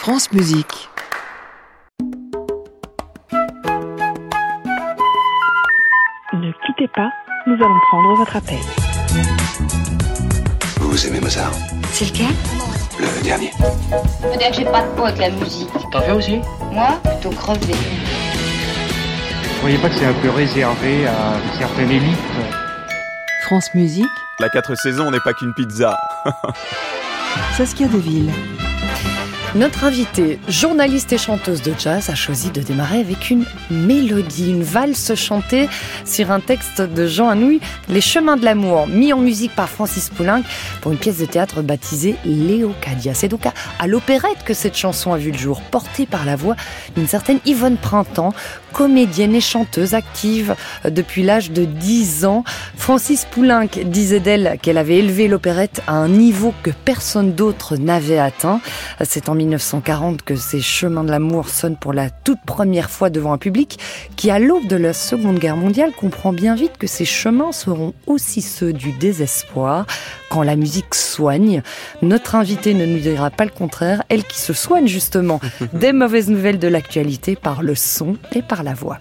France Musique. Ne quittez pas, nous allons prendre votre appel. Vous aimez Mozart? C'est lequel? Le dernier. Faut dire que j'ai pas de peau avec la musique. T'en fais aussi? Moi, plutôt crevé. Vous croyez pas que c'est un peu réservé à une certaine élite? France Musique, La 4 saisons n'est pas qu'une pizza. Saskia Deville. Notre invitée, journaliste et chanteuse de jazz, a choisi de démarrer avec une mélodie, une valse chantée sur un texte de Jean Anouilh, Les Chemins de l'amour, mis en musique par Francis Poulenc pour une pièce de théâtre baptisée Léocadia. C'est donc à l'opérette que cette chanson a vu le jour, portée par la voix d'une certaine Yvonne Printemps, comédienne et chanteuse active depuis l'âge de 10 ans. Francis Poulenc disait d'elle qu'elle avait élevé l'opérette à un niveau que personne d'autre n'avait atteint. C'est en 1940 que ces Chemins de l'amour sonnent pour la toute première fois devant un public qui, à l'aube de la Seconde Guerre mondiale, comprend bien vite que ces chemins seront aussi ceux du désespoir quand la musique soigne. Notre invitée ne nous dira pas le contraire, elle qui se soigne justement des mauvaises nouvelles de l'actualité par le son et par la voix.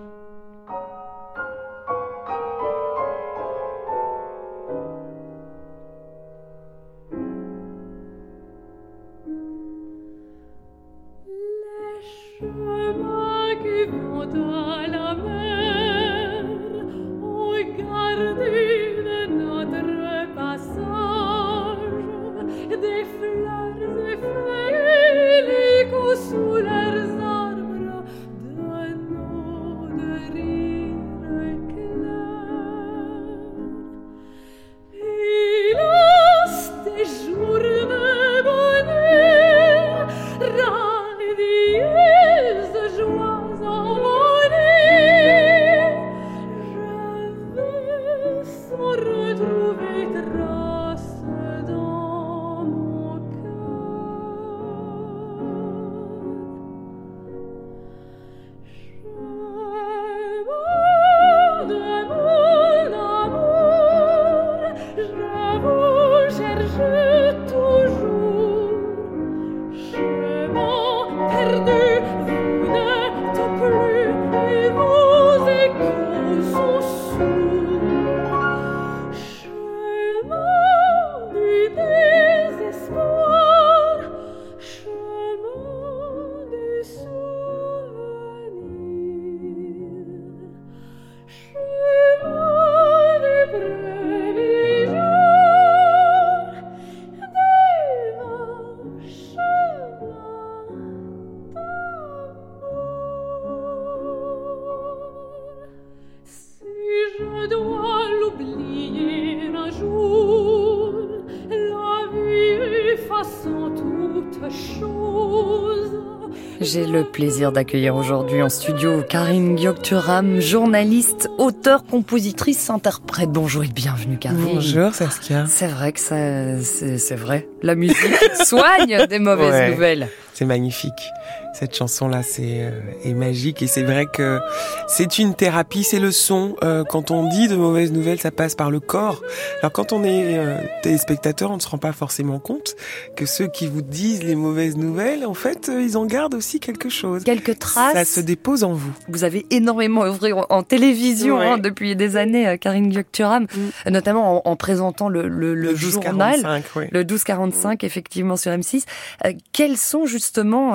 J'ai le plaisir d'accueillir aujourd'hui en studio Karine Gyöktürám, journaliste, auteure, compositrice, interprète. Bonjour et bienvenue Karine. Bonjour Saskia. C'est vrai que c'est vrai. La musique soigne des mauvaises nouvelles. C'est magnifique. Cette chanson-là, est magique et c'est vrai que c'est une thérapie, c'est le son. Quand on dit de mauvaises nouvelles, ça passe par le corps. Alors quand on est téléspectateur, on ne se rend pas forcément compte que ceux qui vous disent les mauvaises nouvelles, en fait, ils en gardent aussi quelque chose. Quelques traces. Ça se dépose en vous. Vous avez énormément œuvré en télévision depuis des années, Karine Gyöktürám, notamment en présentant le journal, 12-45, le 12-45, effectivement, sur M6. Quels sont justement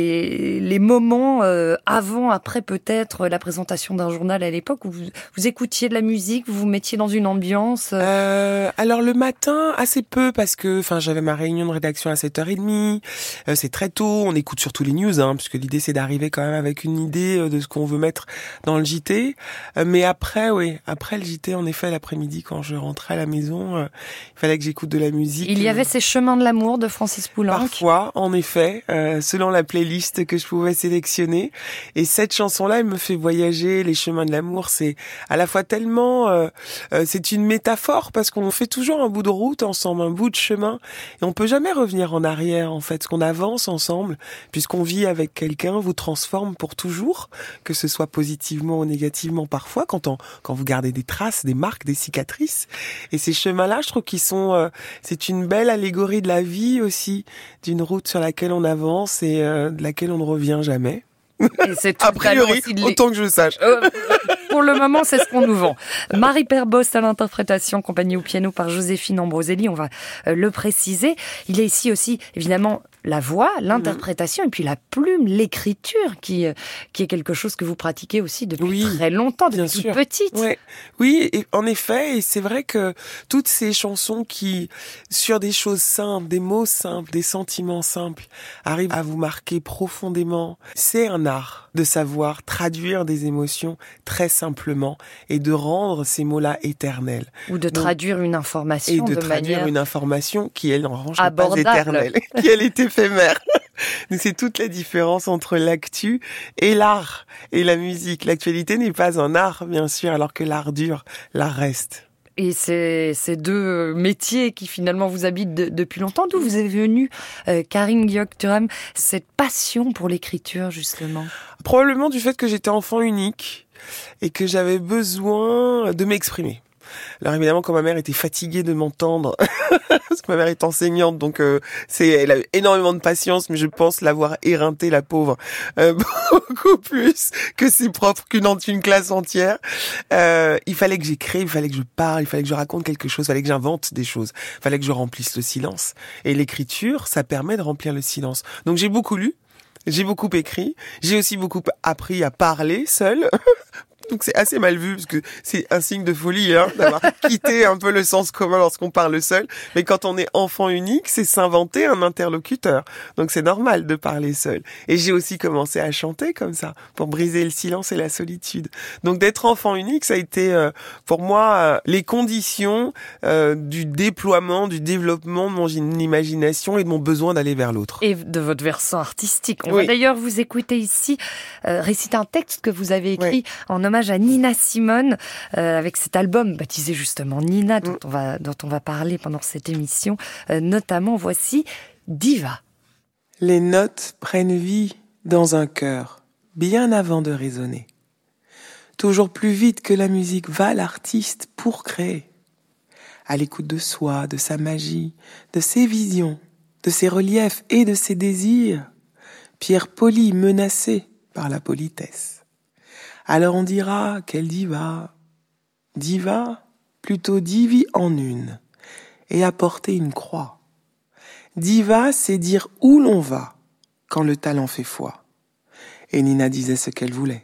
les moments avant, après peut-être la présentation d'un journal à l'époque où vous écoutiez de la musique, vous vous mettiez dans une ambiance Alors le matin, assez peu parce que j'avais ma réunion de rédaction à 7h30, c'est très tôt, on écoute surtout les news puisque l'idée c'est d'arriver quand même avec une idée de ce qu'on veut mettre dans le JT. Mais après le JT, en effet, l'après-midi quand je rentrais à la maison, il fallait que j'écoute de la musique. Il y avait ces Chemins de l'amour de Francis Poulenc. Parfois, en effet, selon la playlist que je pouvais sélectionner. Et cette chanson-là, elle me fait voyager. Les Chemins de l'amour, c'est à la fois tellement... c'est une métaphore parce qu'on fait toujours un bout de route ensemble, un bout de chemin. Et on peut jamais revenir en arrière, en fait. Ce qu'on avance ensemble, puisqu'on vit avec quelqu'un, vous transforme pour toujours, que ce soit positivement ou négativement parfois, quand vous gardez des traces, des marques, des cicatrices. Et ces chemins-là, je trouve qu'ils sont... c'est une belle allégorie de la vie aussi, d'une route sur laquelle on avance d'enfance et de laquelle on ne revient jamais. Et c'est tout A priori, aussi de autant que je sache. Pour le moment, c'est ce qu'on nous vend. Marie Perbost à l'interprétation, accompagnée au piano par Joséphine Ambroselli, on va le préciser. Il y a ici aussi, évidemment, la voix, l'interprétation, et puis la plume, l'écriture, qui est quelque chose que vous pratiquez aussi depuis très longtemps, depuis toute petite. Ouais. Oui, et en effet, et c'est vrai que toutes ces chansons qui, sur des choses simples, des mots simples, des sentiments simples, arrivent à vous marquer profondément. C'est un art de savoir traduire des émotions très simplement et de rendre ces mots-là éternels. Ou de traduire une information et de traduire manière une information qui, elle, en revanche, n'est pas abordable. éternelle, qui, elle, est éphémère. Donc, c'est toute la différence entre l'actu et l'art et la musique. L'actualité n'est pas un art, bien sûr, alors que l'art dure, l'art reste. Et c'est ces deux métiers qui finalement vous habitent depuis longtemps. D'où vous est venue, Karin Gyök-Turam, cette passion pour l'écriture, justement? Probablement du fait que j'étais enfant unique et que j'avais besoin de m'exprimer. Alors évidemment, quand ma mère était fatiguée de m'entendre, parce que ma mère est enseignante, donc elle a eu énormément de patience, mais je pense l'avoir éreinté, la pauvre, beaucoup plus que ses profs qu'une classe entière. Il fallait que j'écrive, il fallait que je parle, il fallait que je raconte quelque chose, il fallait que j'invente des choses, il fallait que je remplisse le silence. Et l'écriture, ça permet de remplir le silence. Donc j'ai beaucoup lu, j'ai beaucoup écrit, j'ai aussi beaucoup appris à parler seul. Donc c'est assez mal vu parce que c'est un signe de folie d'avoir quitté un peu le sens commun lorsqu'on parle seul. Mais quand on est enfant unique, c'est s'inventer un interlocuteur. Donc c'est normal de parler seul. Et j'ai aussi commencé à chanter comme ça pour briser le silence et la solitude. Donc d'être enfant unique, ça a été pour moi les conditions du déploiement, du développement de mon imagination et de mon besoin d'aller vers l'autre. Et de votre versant artistique. On va d'ailleurs vous écouter ici réciter un texte que vous avez écrit en hommage à Nina Simone, avec cet album baptisé justement Nina, dont on va parler pendant cette émission. Notamment, voici Diva. Les notes prennent vie dans un cœur, bien avant de résonner. Toujours plus vite que la musique va l'artiste pour créer. À l'écoute de soi, de sa magie, de ses visions, de ses reliefs et de ses désirs. Pierre polie menacée par la politesse. Alors on dira quelle diva. Diva, plutôt divi en une, et apporter une croix. Diva, c'est dire où l'on va, quand le talent fait foi. Et Nina disait ce qu'elle voulait.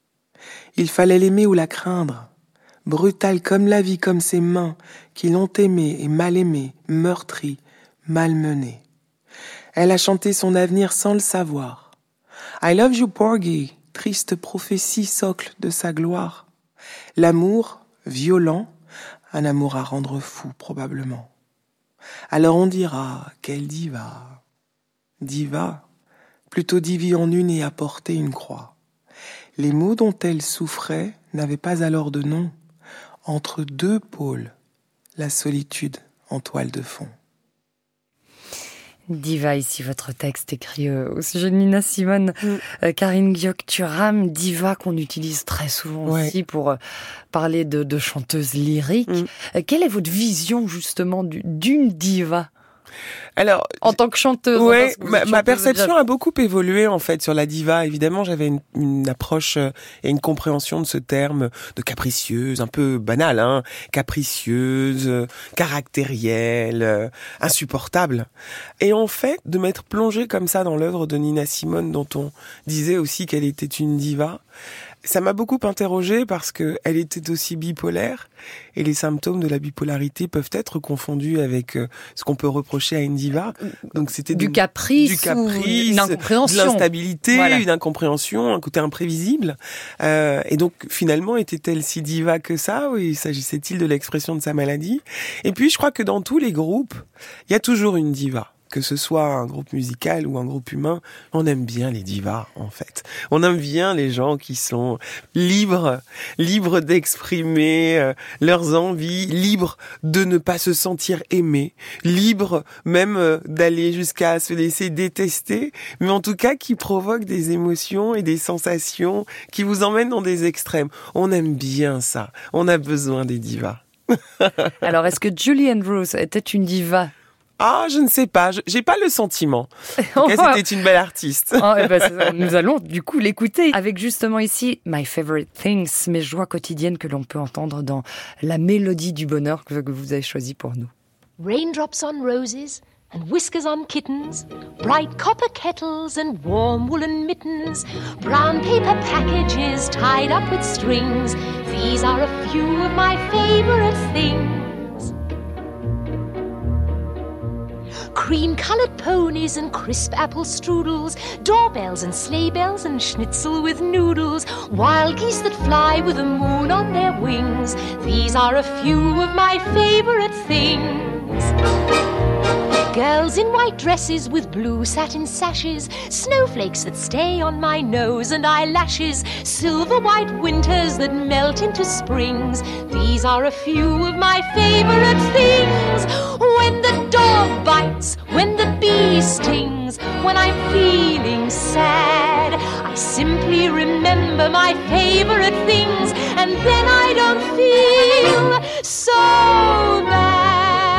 Il fallait l'aimer ou la craindre, brutale comme la vie, comme ses mains, qui l'ont aimée et mal aimée, meurtrie, malmenée. Elle a chanté son avenir sans le savoir. I love you, Porgy. Triste prophétie, socle de sa gloire. L'amour, violent, un amour à rendre fou, probablement. Alors on dira, quelle diva. Diva, plutôt divi en une et à porter une croix. Les mots dont elle souffrait n'avaient pas alors de nom. Entre deux pôles, la solitude en toile de fond. Diva, ici votre texte écrit au sujet de Nina Simone, Karin Gyök-Turam, diva qu'on utilise très souvent aussi pour parler de chanteuses lyriques. Quelle est votre vision justement d'une diva ? Alors, en tant que chanteuse, ma perception a beaucoup évolué en fait sur la diva. Évidemment, j'avais une approche et une compréhension de ce terme de capricieuse, un peu banal, capricieuse, caractérielle, insupportable. Et en fait, de m'être plongé comme ça dans l'œuvre de Nina Simone, dont on disait aussi qu'elle était une diva, ça m'a beaucoup interrogée parce que elle était aussi bipolaire et les symptômes de la bipolarité peuvent être confondus avec ce qu'on peut reprocher à une diva. Donc c'était du caprice, une incompréhension, de l'instabilité, une incompréhension, un côté imprévisible. Et donc finalement, était-elle si diva que ça, ou s'agissait-il de l'expression de sa maladie? Et puis je crois que dans tous les groupes, il y a toujours une diva. Que ce soit un groupe musical ou un groupe humain, on aime bien les divas, en fait. On aime bien les gens qui sont libres d'exprimer leurs envies, libres de ne pas se sentir aimés, libres même d'aller jusqu'à se laisser détester, mais en tout cas qui provoquent des émotions et des sensations qui vous emmènent dans des extrêmes. On aime bien ça. On a besoin des divas. Alors, est-ce que Julie Andrews était une diva ? Je ne sais pas, j'ai pas le sentiment. En tout cas, c'était une belle artiste. Nous allons du coup l'écouter avec justement ici My Favorite Things, mes joies quotidiennes que l'on peut entendre dans la mélodie du bonheur que vous avez choisi pour nous. Raindrops on roses and whiskers on kittens, bright copper kettles and warm woolen mittens, brown paper packages tied up with strings. These are a few of my favorite things. Cream-colored ponies and crisp apple strudels, doorbells and sleigh bells and schnitzel with noodles, wild geese that fly with the moon on their wings. These are a few of my favorite things. Girls in white dresses with blue satin sashes, snowflakes that stay on my nose and eyelashes, silver white winters that melt into springs. These are a few of my favorite things. When the dog bites, when the bee stings, when I'm feeling sad, I simply remember my favorite things, and then I don't feel so bad.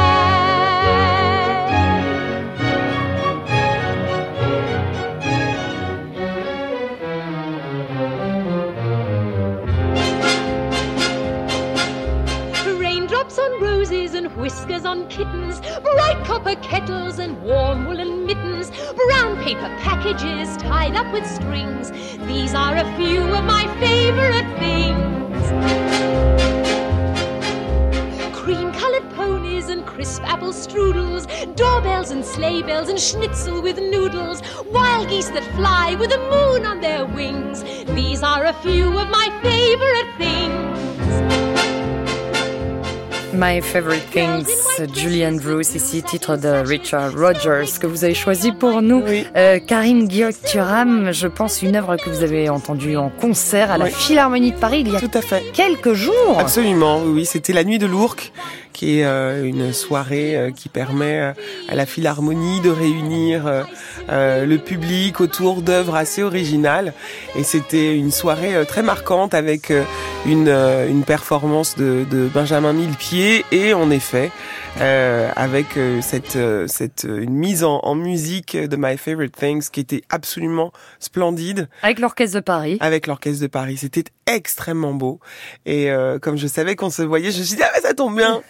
On roses and whiskers on kittens, bright copper kettles and warm woolen mittens, brown paper packages tied up with strings. These are a few of my favorite things. Cream-colored ponies and crisp apple strudels, doorbells and sleigh bells and schnitzel with noodles, wild geese that fly with the moon on their wings. These are a few of my favorite things. My Favorite Things, Julie Andrews, ici, titre de Richard Rodgers, que vous avez choisi pour nous. Oui. Karine Guillaume-Thuram, je pense une œuvre que vous avez entendue en concert à la Philharmonie de Paris il y a Tout à fait. quelques jours. Absolument, oui, c'était la nuit de l'Ourcq, qui est une soirée qui permet à la Philharmonie de réunir le public autour d'œuvres assez originales. Et c'était une soirée très marquante avec une performance de Benjamin Millepied et en effet avec une mise en musique de My Favorite Things qui était absolument splendide. Avec l'Orchestre de Paris. Avec l'Orchestre de Paris. C'était extrêmement beau. Et comme je savais qu'on se voyait, je me suis dit, ça tombe bien.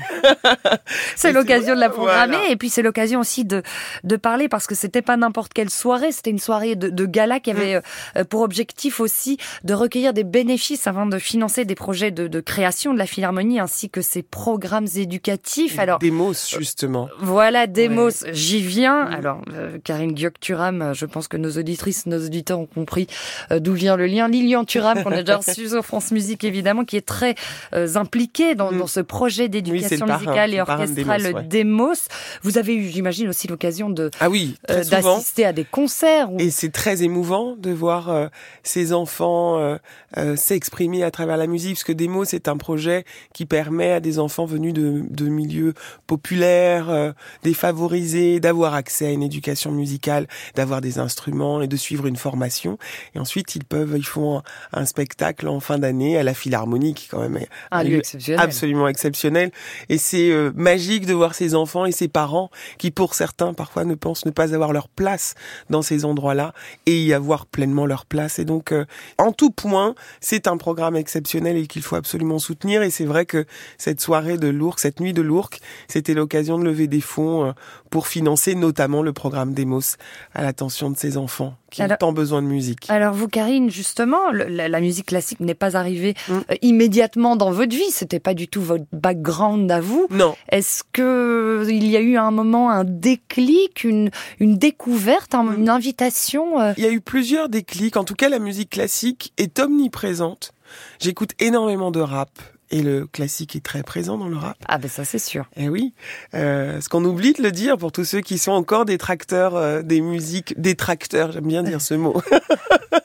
C'est l'occasion de la programmer. Voilà. Et puis c'est l'occasion aussi de parler, parce que c'était pas n'importe quelle soirée, c'était une soirée de gala qui avait pour objectif aussi de recueillir des bénéfices afin de financer des projets de création de la Philharmonie ainsi que ses programmes éducatifs. Alors, Demos, justement. Voilà, Demos, ouais. J'y viens. Alors, Karine Guillaume-Thuram, je pense que nos auditrices, nos auditeurs ont compris d'où vient le lien. Lilian Thuram, qu'on a déjà reçu sur France Musique, évidemment, qui est très impliqué dans ce projet d'éducation musicale et orchestrale Demos. Vous avez eu, j'imagine, aussi l'occasion d'assister à des concerts. Et c'est très émouvant de voir ces enfants s'exprimer à travers la musique, parce que Demos, c'est un projet qui permet à des enfants venus de milieux populaires, défavorisés, d'avoir accès à une éducation musicale, d'avoir des instruments et de suivre une formation. Et ensuite, ils font un spectacle en fin d'année à la Philharmonie, qui quand même est un lieu exceptionnel. Absolument exceptionnel. Et c'est magique de voir ces enfants et ces parents qui, pour certains, parfois ne pensent ne pas avoir leur place dans ces endroits-là et y avoir pleinement leur place. Et donc, en tout point, c'est un programme exceptionnel et qu'il faut absolument soutenir. Et c'est vrai que cette soirée de l'Ourcq, cette nuit de l'Ourcq, c'était l'occasion de lever des fonds pour financer notamment le programme Demos à l'attention de ces enfants qui ont tant besoin de musique. Alors vous, Karine, justement, la musique classique n'est pas arrivée immédiatement dans votre vie. C'était pas du tout votre background à vous. Non. Est-ce que il y a eu à un moment un déclic, une découverte, une invitation Il y a eu plusieurs déclics. En tout cas, la musique classique est omniprésente. J'écoute énormément de rap. Et le classique est très présent dans le rap. Ah ben ça c'est sûr. Eh oui, ce qu'on oublie de le dire pour tous ceux qui sont encore détracteurs des musiques, détracteurs, j'aime bien dire ce mot.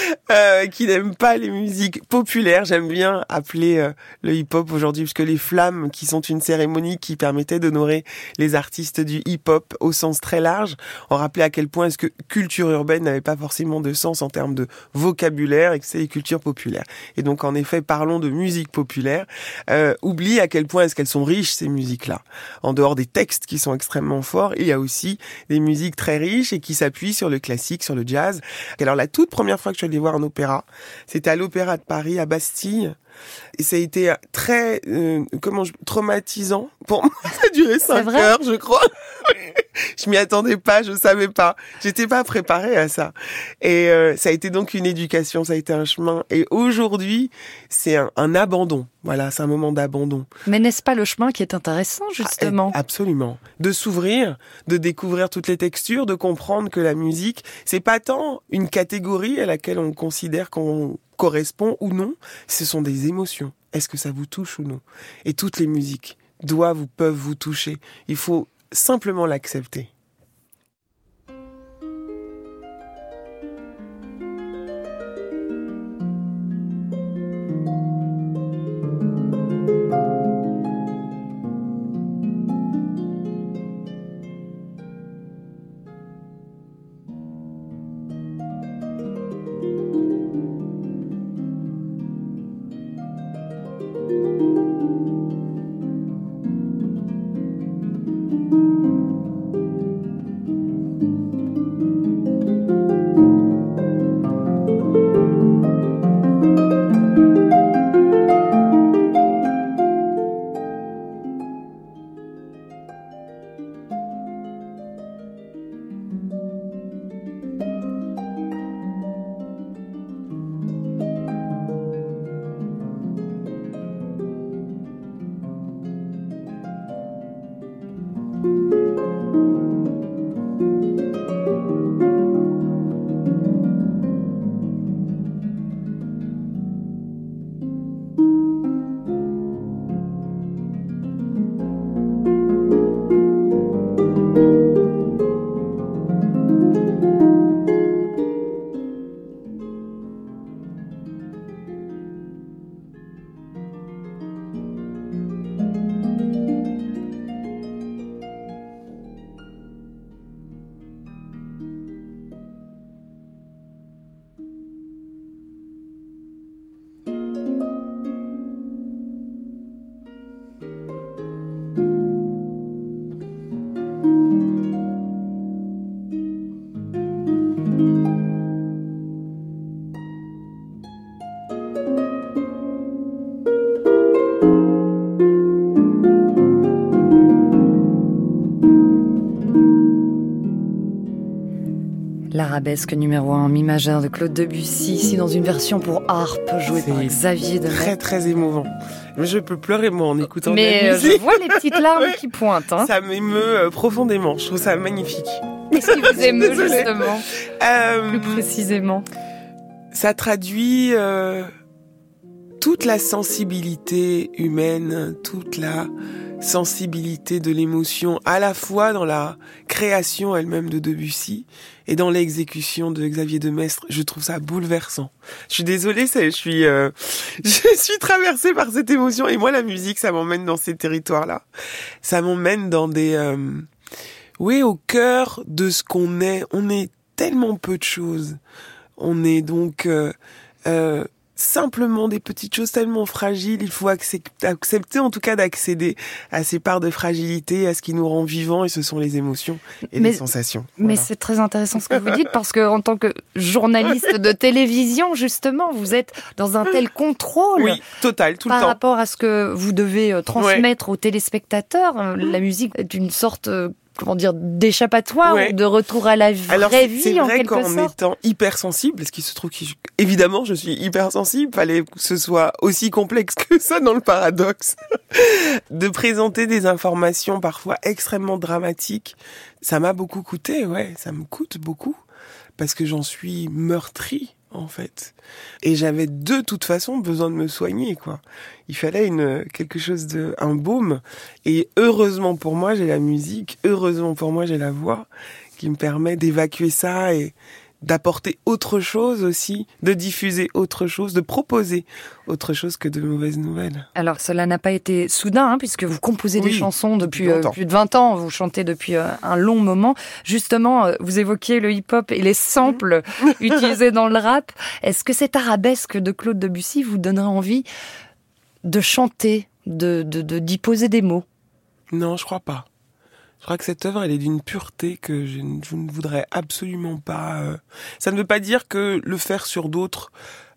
qui n'aiment pas les musiques populaires. J'aime bien appeler le hip-hop aujourd'hui, puisque les Flammes, qui sont une cérémonie qui permettait d'honorer les artistes du hip-hop au sens très large, ont rappelé à quel point est-ce que culture urbaine n'avait pas forcément de sens en termes de vocabulaire et que c'est les cultures populaires. Et donc, en effet, parlons de musique populaire. Oublie à quel point est-ce qu'elles sont riches, ces musiques-là. En dehors des textes qui sont extrêmement forts, il y a aussi des musiques très riches et qui s'appuient sur le classique, sur le jazz. Alors, la toute première fois que je suis allée voir un opéra, c'était à l'Opéra de Paris, à Bastille. Et ça a été très traumatisant pour moi. Ça a duré 5 heures, je crois. Je m'y attendais pas, je savais pas. J'étais pas préparée à ça. Et ça a été donc une éducation, ça a été un chemin. Et aujourd'hui, c'est un abandon. Voilà, c'est un moment d'abandon. Mais n'est-ce pas le chemin qui est intéressant, justement ? Absolument. De s'ouvrir, de découvrir toutes les textures, de comprendre que la musique, c'est pas tant une catégorie à laquelle on considère qu'on correspond ou non, ce sont des émotions. Est-ce que ça vous touche ou non ? Et toutes les musiques doivent ou peuvent vous toucher. Il faut simplement l'accepter. L'arabesque numéro 1 en mi majeur de Claude Debussy, ici dans une version pour harpe jouée par Xavier Demestre. Très très émouvant. Je peux pleurer moi en écoutant de la musique. Je vois les petites larmes qui pointent. Hein. Ça m'émeut profondément. Je trouve ça magnifique. Qu'est-ce qui vous émeut justement plus précisément? Ça traduit toute la sensibilité humaine, toute la sensibilité de l'émotion, à la fois dans la création elle-même de Debussy et dans l'exécution de Xavier Demestre. Je trouve ça bouleversant. Je suis désolée, je suis traversée par cette émotion. Et moi, la musique, ça m'emmène dans ces territoires-là. Ça m'emmène dans au cœur de ce qu'on est. On est tellement peu de choses. On est donc simplement des petites choses tellement fragiles. Il faut accepter en tout cas d'accéder à ces parts de fragilité, à ce qui nous rend vivants, et ce sont les émotions et les sensations. Voilà. Mais c'est très intéressant ce que vous dites, parce que en tant que journaliste de télévision, justement, vous êtes dans un tel contrôle. Oui, total, tout le temps. Par rapport à ce que vous devez transmettre aux téléspectateurs. La musique est une sorte d'échappatoire ou de retour à la vraie vie, en quelque sorte. C'est vrai qu'en étant hypersensible, parce qu'il se trouve évidemment, je suis hypersensible, fallait que ce soit aussi complexe que ça dans le paradoxe, de présenter des informations parfois extrêmement dramatiques. Ça m'a beaucoup coûté, ça me coûte beaucoup, parce que j'en suis meurtrie, en fait. Et j'avais de toute façon besoin de me soigner, quoi. Il fallait un baume. Et heureusement pour moi, j'ai la musique, heureusement pour moi, j'ai la voix qui me permet d'évacuer ça et d'apporter autre chose aussi, de diffuser autre chose, de proposer autre chose que de mauvaises nouvelles. Alors, cela n'a pas été soudain, puisque vous composez des chansons depuis plus de 20 ans, vous chantez depuis un long moment. Justement, vous évoquiez le hip-hop et les samples utilisés dans le rap. Est-ce que cette arabesque de Claude Debussy vous donnerait envie de chanter, d'y poser des mots? Non, je crois pas. Je crois que cette œuvre, elle est d'une pureté que je ne voudrais absolument pas. Ça ne veut pas dire que le faire sur d'autres,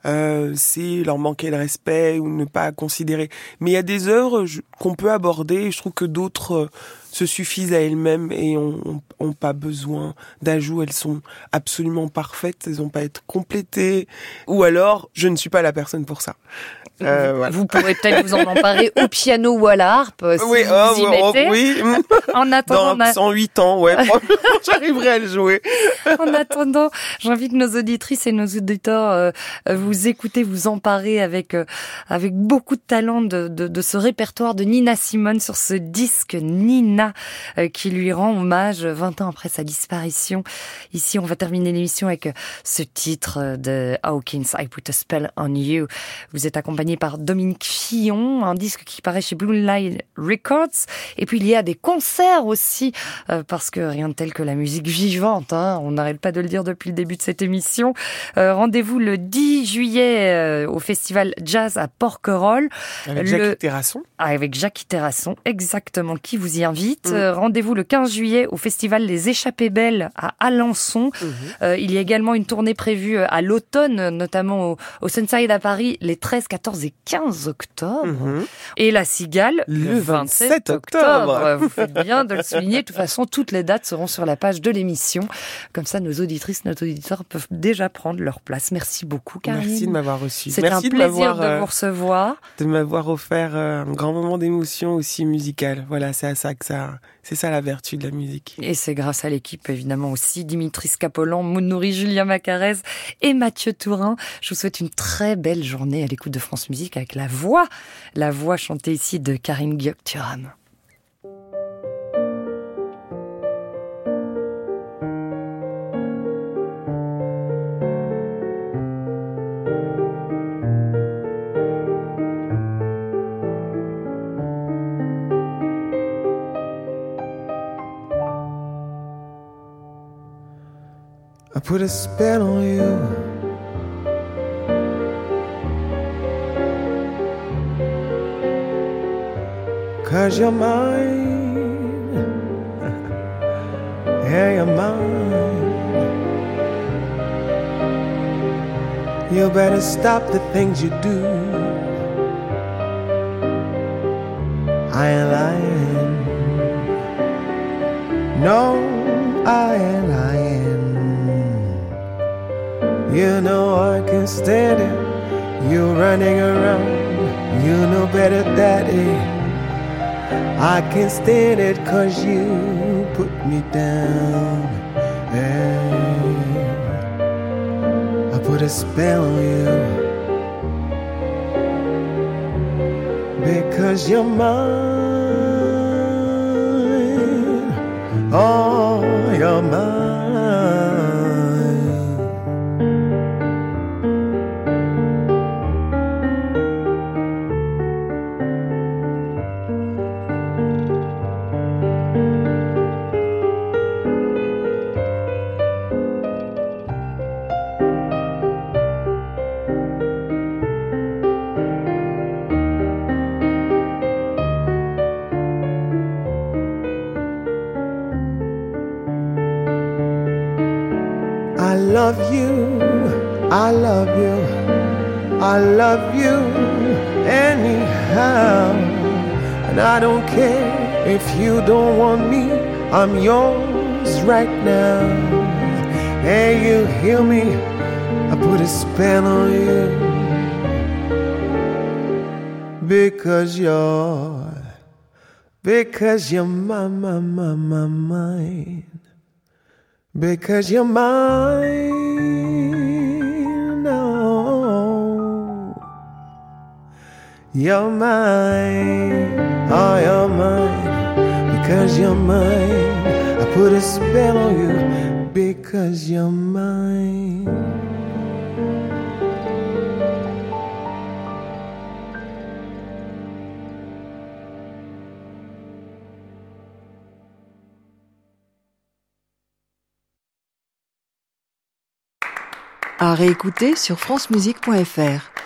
c'est leur manquer le respect ou ne pas considérer. Mais il y a des œuvres qu'on peut aborder et je trouve que d'autres se suffisent à elles-mêmes et ont pas besoin d'ajouts. Elles sont absolument parfaites, elles n'ont pas à être complétées. Ou alors, je ne suis pas la personne pour ça. Voilà. Vous pourrez peut-être vous en emparer au piano ou à la harpe si vous y mettez. Oui. En attendant, dans 108 ans, j'arriverai à le jouer. En attendant, j'invite nos auditrices et nos auditeurs vous écouter, vous emparer avec beaucoup de talent de ce répertoire de Nina Simone sur ce disque Nina qui lui rend hommage 20 ans après sa disparition. Ici, on va terminer l'émission avec ce titre de Hawkins, I Put a Spell on You. Vous êtes accompagné par Dominique Fillon, un disque qui paraît chez Blue Line Records. Et puis il y a des concerts aussi, parce que rien de tel que la musique vivante, on n'arrête pas de le dire depuis le début de cette émission. Rendez-vous le 10 juillet au festival Jazz à Porquerolles. Avec Jackie Terrasson. Avec Jackie Terrasson, exactement, qui vous y invite. Rendez-vous le 15 juillet au festival Les Échappées Belles à Alençon. Il y a également une tournée prévue à l'automne, notamment au Sunside à Paris, les 13, 14 et 15 octobre. Et la Cigale, le 27 octobre. Vous faites bien de le souligner. De toute façon, toutes les dates seront sur la page de l'émission. Comme ça, nos auditrices, nos auditeurs peuvent déjà prendre leur place. Merci beaucoup, Karine. Merci de m'avoir reçu. C'était un plaisir de vous recevoir. De m'avoir offert un grand moment d'émotion aussi musicale. Voilà, c'est ça la vertu de la musique. Et c'est grâce à l'équipe, évidemment, aussi. Dimitri Scapolan, Mounouri, Julien Macarez et Mathieu Tourin. Je vous souhaite une très belle journée à l'écoute de France Musique avec la voix chantée ici de Karim Gyöktüram. I put a spell on you. Cause you're mine. Yeah, you're mine. You better stop the things you do. I ain't lying. No, I ain't lying. You know I can stand it. You running around. You know better, daddy. I can't stand it 'cause you put me down. Hey, I put a spell on you because you're mine. Oh, you're mine. I love you, I love you, I love you anyhow. And I don't care if you don't want me, I'm yours right now. Hey, you hear me? I put a spell on you because you're mine. Because you're mine, no. You're mine, oh, you're mine. because you're mine. I put a spell on you because you're mine. À réécouter sur francemusique.fr.